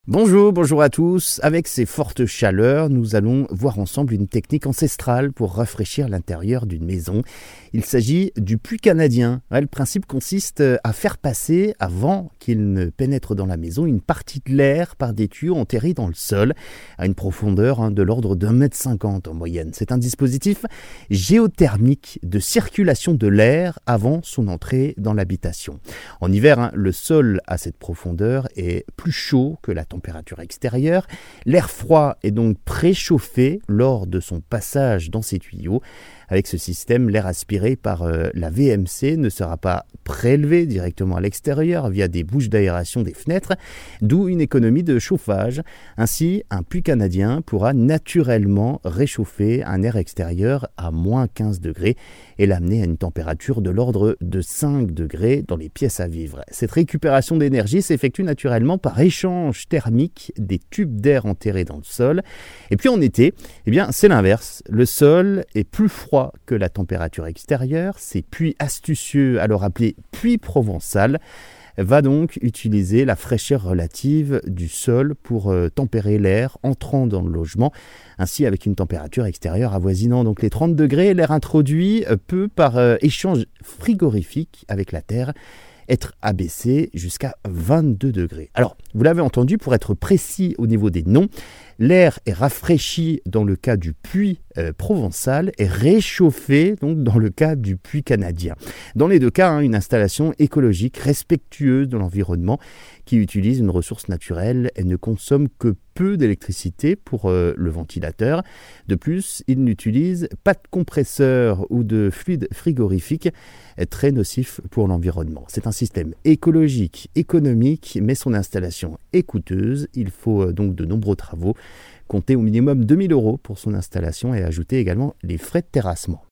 Bonjour à tous. Avec ces fortes chaleurs, nous allons voir ensemble une technique ancestrale pour rafraîchir l'intérieur d'une maison. Il s'agit du puits canadien. Le principe consiste à faire passer, avant qu'il ne pénètre dans la maison, une partie de l'air par des tuyaux enterrés dans le sol, à une profondeur de l'ordre d'1,50 m en moyenne. C'est un dispositif géothermique de circulation de l'air avant son entrée dans l'habitation. En hiver, le sol à cette profondeur est plus chaud que la température extérieure. L'air froid est donc préchauffé lors de son passage dans ces tuyaux. Avec ce système, l'air aspiré par la VMC ne sera pas prélevé directement à l'extérieur via des bouches d'aération des fenêtres, d'où une économie de chauffage. Ainsi, un puits canadien pourra naturellement réchauffer un air extérieur à moins 15 degrés et l'amener à une température de l'ordre de 5 degrés dans les pièces à vivre. Cette récupération d'énergie s'effectue naturellement par échange thermique des tubes d'air enterrés dans le sol. Et puis en été, c'est l'inverse. Le sol est plus froid que la température extérieure. Ces puits astucieux, alors appelés puits provençal, va donc utiliser la fraîcheur relative du sol pour tempérer l'air entrant dans le logement. Ainsi, avec une température extérieure avoisinant donc les 30 degrés, l'air introduit peut, par échange frigorifique avec la terre, être abaissé jusqu'à 22 degrés. Alors, vous l'avez entendu, pour être précis au niveau des noms, l'air est rafraîchi dans le cas du puits provençal et réchauffé donc dans le cas du puits canadien. Dans les deux cas, une installation écologique respectueuse de l'environnement qui utilise une ressource naturelle et ne consomme que peu d'électricité pour le ventilateur. De plus, il n'utilise pas de compresseur ou de fluide frigorifique très nocif pour l'environnement. C'est un système écologique, économique, mais son installation est coûteuse. Il faut donc de nombreux travaux. Comptez au minimum 2 000 € pour son installation et ajouter également les frais de terrassement.